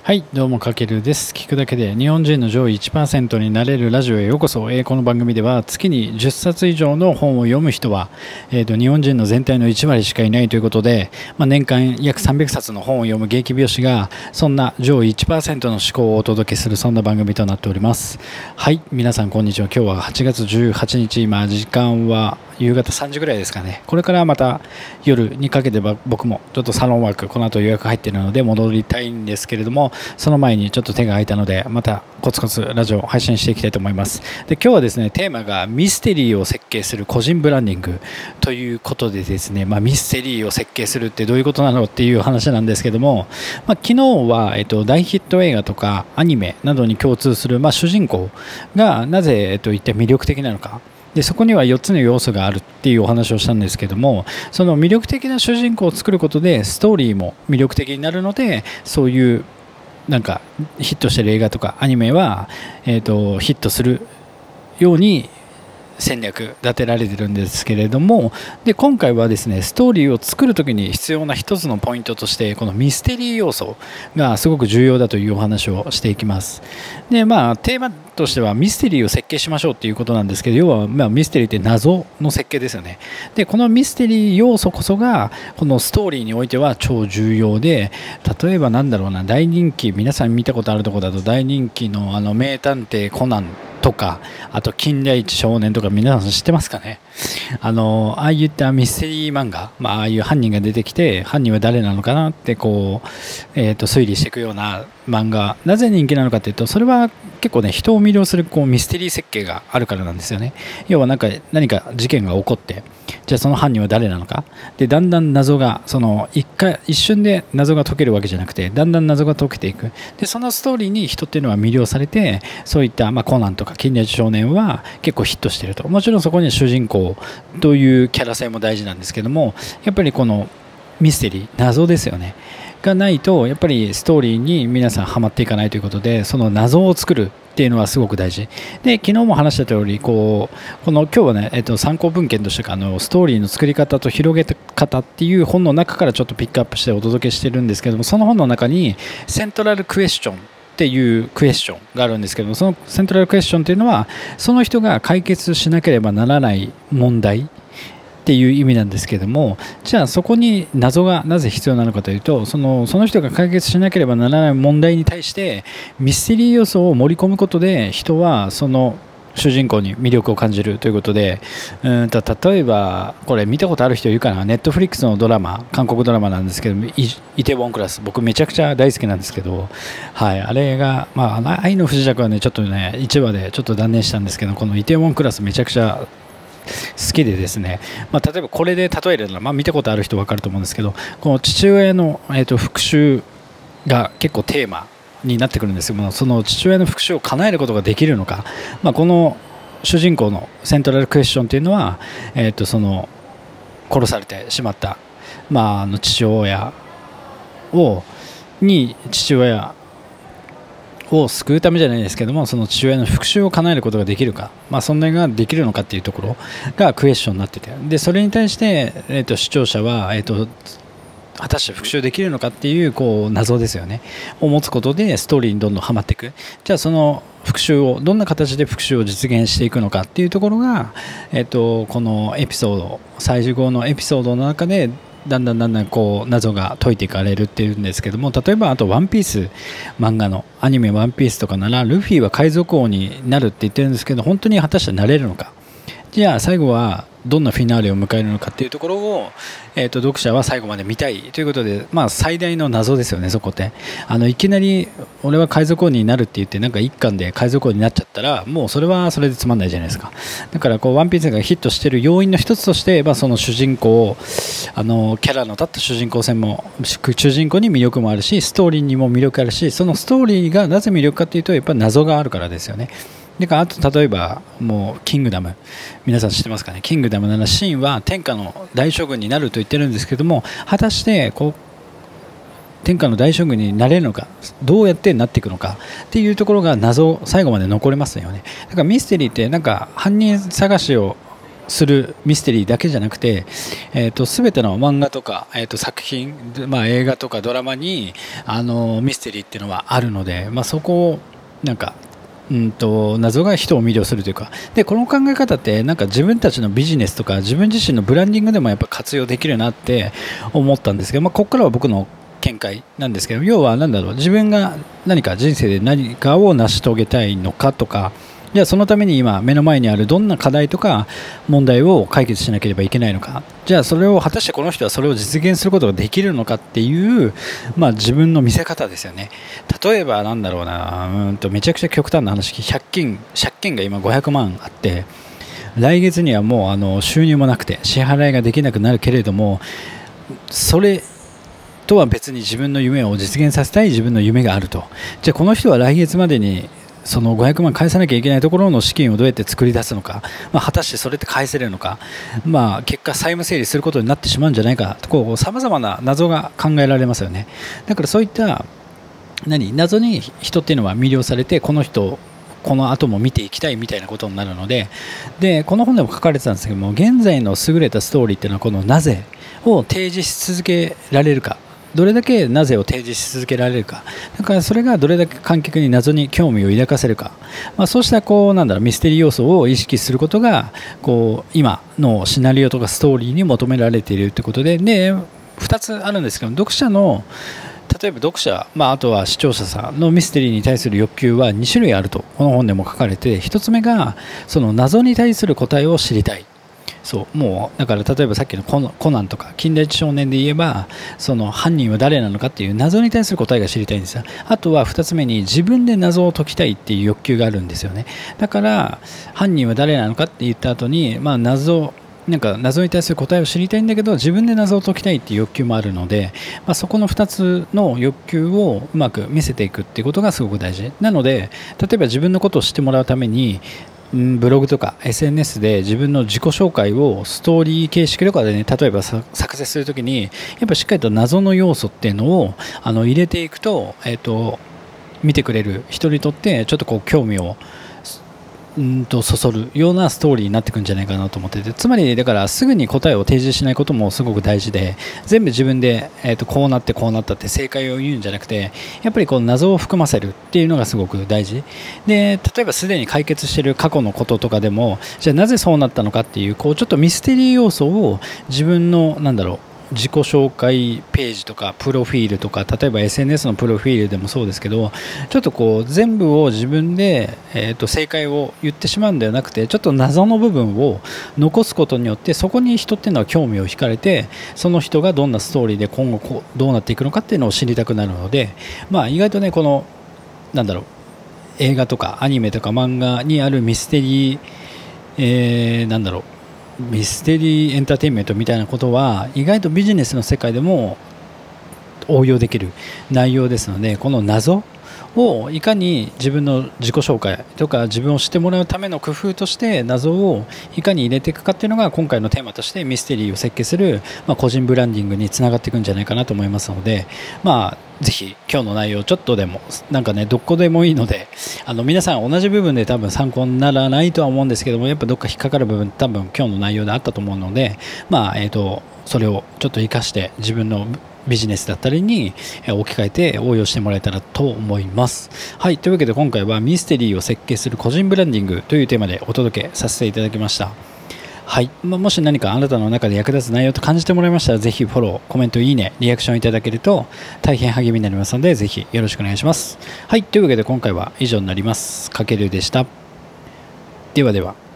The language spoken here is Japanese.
はい、どうもかけるです。聞くだけで日本人の上位 1% になれるラジオへようこそ。この番組では月に10冊以上の本を読む人は、日本人の全体の1割しかいないということで、年間約300冊の本を読む現役美容師がそんな上位 1% の思考をお届けするそんな番組となっております。はい、皆さんこんにちは。今日は8月18日、今時間は夕方3時ぐらいですかね。これからまた夜にかけて僕もちょっとサロンワークこの後予約入っているので戻りたいんですけれども、その前にちょっと手が空いたのでまたコツコツラジオを配信していきたいと思います。で、今日はですね、テーマがミステリーを設計する個人ブランディングということでですね、ミステリーを設計するってどういうことなのっていう話なんですけども、昨日は、大ヒット映画とかアニメなどに共通する、主人公がなぜ、一体魅力的なのか、でそこには4つの要素があるっていうお話をしたんですけども、その魅力的な主人公を作ることでストーリーも魅力的になるので、そういうなんかヒットしてる映画とかアニメは、ヒットするように戦略立てられてるんですけれども、で今回はですね、ストーリーを作るときに必要な一つのポイントとしてこのミステリー要素がすごく重要だというお話をしていきます。でテーマとしてはミステリーを設計しましょうということなんですけど、要はミステリーって謎の設計ですよね。でこのミステリー要素こそがこのストーリーにおいては超重要で、例えば大人気、皆さん見たことあるところだと大人気の名探偵コナンとか、あと金田一少年とか皆さん知ってますかね。ああいったミステリー漫画、ああいう犯人が出てきて犯人は誰なのかなって推理していくような漫画、なぜ人気なのかというと、それは結構ね、人を魅了するミステリー設計があるからなんですよね。要は何か事件が起こって、じゃあその犯人は誰なのかで、だんだん謎が一瞬で謎が解けるわけじゃなくて、だんだん謎が解けていく。でそのストーリーに人っていうのは魅了されて、そういったコナンとか金田一少年は結構ヒットしていると。もちろんそこには主人公というキャラ性も大事なんですけども、やっぱりこのミステリー、謎ですよねがないと、やっぱりストーリーに皆さんハマっていかないということで、その謎を作るっていうのはすごく大事で、昨日も話した通り今日はね、参考文献としてストーリーの作り方と広げ方っていう本の中からちょっとピックアップしてお届けしてるんですけども、その本の中にセントラルクエスチョンっていうクエスチョンがあるんですけども、そのセントラルクエスチョンというのはその人が解決しなければならない問題っていう意味なんですけども、じゃあそこに謎がなぜ必要なのかというと、その人が解決しなければならない問題に対してミステリー要素を盛り込むことで、人はその主人公に魅力を感じるということで、例えばこれ見たことある人いるかな。ネットフリックスのドラマ、韓国ドラマなんですけども、イテウォンクラス、僕めちゃくちゃ大好きなんですけど、はい、あれが、愛の不時着はね、ちょっとね1話でちょっと断念したんですけど、このイテウォンクラスめちゃくちゃ好きでですね、例えばこれで例えるなら、見たことある人分かると思うんですけど、この父親の、復讐が結構テーマになってくるんですけども、その父親の復讐を叶えることができるのか、この主人公のセントラルクエスチョンというのは、その殺されてしまった、父親を救うためじゃないですけども、その父親の復讐を叶えることができるか、そんなができるのかっていうところがクエスチョンになってて、でそれに対して、視聴者は、果たして復讐できるのかっていう謎ですよねを持つことで、ストーリーにどんどんはまっていく。じゃあその復讐をどんな形で復讐を実現していくのかっていうところが、このエピソード、最後のエピソードの中でだんだん謎が解いていかれるっていうんですけども、例えばあとワンピース漫画のアニメワンピースとかなら、ルフィは海賊王になるって言ってるんですけど、本当に果たしてなれるのか、じゃあ最後はどんなフィナーレを迎えるのかっていうところを、読者は最後まで見たいということで、最大の謎ですよね。そこっていきなり俺は海賊王になるって言って一巻で海賊王になっちゃったら、もうそれはそれでつまんないじゃないですか。だからワンピースがヒットしている要因の一つとして、その主人公、キャラの立った主人公戦も、主人公に魅力もあるし、ストーリーにも魅力あるし、そのストーリーがなぜ魅力かというと、やっぱり謎があるからですよね。あと例えばもうキングダム、皆さん知ってますかね。キングダムならシンは天下の大将軍になると言ってるんですけども、果たして天下の大将軍になれるのか、どうやってなっていくのかっていうところが最後まで残りますよね。だからミステリーって犯人探しをするミステリーだけじゃなくて、全ての漫画とか、作品、映画とかドラマにミステリーっていうのはあるので、そこをなんか謎が人を魅了するというか、でこの考え方ってなんか自分たちのビジネスとか自分自身のブランディングでもやっぱ活用できるなって思ったんですけど、ここからは僕の見解なんですけど、要は自分が何か人生で何かを成し遂げたいのかとか、じゃあそのために今目の前にあるどんな課題とか問題を解決しなければいけないのか、じゃあそれを果たしてこの人はそれを実現することができるのかっていう、自分の見せ方ですよね。例えばめちゃくちゃ極端な話、借金が今500万あって、来月にはもう収入もなくて支払いができなくなるけれども、それとは別に自分の夢を実現させたい自分の夢があると。じゃあこの人は来月までにその500万返さなきゃいけないところの資金をどうやって作り出すのか、果たしてそれって返せるのか、結果債務整理することになってしまうんじゃないかと、さまざまな謎が考えられますよね。だからそういった謎に人っていうのは魅了されて、この人この後も見ていきたいみたいなことになるので、この本でも書かれてたんですけども、現在の優れたストーリーっていうのはこのなぜを提示し続けられるか、どれだけなぜを提示し続けられるか、だからそれがどれだけ観客に謎に興味を抱かせるか、そうしたミステリー要素を意識することが今のシナリオとかストーリーに求められているということで、2つあるんですけど、例えば読者、あとは視聴者さんのミステリーに対する欲求は2種類あるとこの本でも書かれて、1つ目がその謎に対する答えを知りたい。もうだから例えばさっきのコナンとか近代一少年で言えば、その犯人は誰なのかっていう謎に対する答えが知りたいんですよ。あとは2つ目に自分で謎を解きたいっていう欲求があるんですよね。だから犯人は誰なのかって言った後に、謎に対する答えを知りたいんだけど自分で謎を解きたいっていう欲求もあるので、そこの2つの欲求をうまく見せていくっていうことがすごく大事なので、例えば自分のことを知ってもらうためにブログとか SNS で自分の自己紹介をストーリー形式とかでね、例えば作成するときにやっぱしっかりと謎の要素っていうのを入れていくと、見てくれる人にとってちょっと興味をそそるようなストーリーになっていくんじゃないかなと思ってて、つまりだからすぐに答えを提示しないこともすごく大事で、全部自分で、こうなってこうなったって正解を言うんじゃなくて、やっぱり謎を含ませるっていうのがすごく大事で、例えばすでに解決している過去のこととかでも、じゃあなぜそうなったのかっていうちょっとミステリー要素を自分の自己紹介ページとかプロフィールとか、例えば SNS のプロフィールでもそうですけど、ちょっと全部を自分で、正解を言ってしまうんではなくて、ちょっと謎の部分を残すことによって、そこに人っていうのは興味を惹かれて、その人がどんなストーリーで今後どうなっていくのかっていうのを知りたくなるので、意外とね、この映画とかアニメとか漫画にあるミステリー、ミステリーエンターテインメントみたいなことは意外とビジネスの世界でも応用できる内容ですので、この謎をいかに自分の自己紹介とか自分を知ってもらうための工夫として謎をいかに入れていくかっていうのが今回のテーマとしてミステリーを設計する、個人ブランディングにつながっていくんじゃないかなと思いますので、ぜひ今日の内容ちょっとでもどこでもいいので、皆さん同じ部分で多分参考にならないとは思うんですけども、やっぱどっか引っかかる部分多分今日の内容であったと思うので、それをちょっと活かして自分のビジネスだったりに置き換えて応用してもらえたらと思います。はい、というわけで今回はミステリーを設計する個人ブランディングというテーマでお届けさせていただきました。はい、もし何かあなたの中で役立つ内容と感じてもらいましたら、ぜひフォロー、コメント、いいね、リアクションいただけると大変励みになりますので、ぜひよろしくお願いします。はい、というわけで今回は以上になります。かけるでした。ではでは。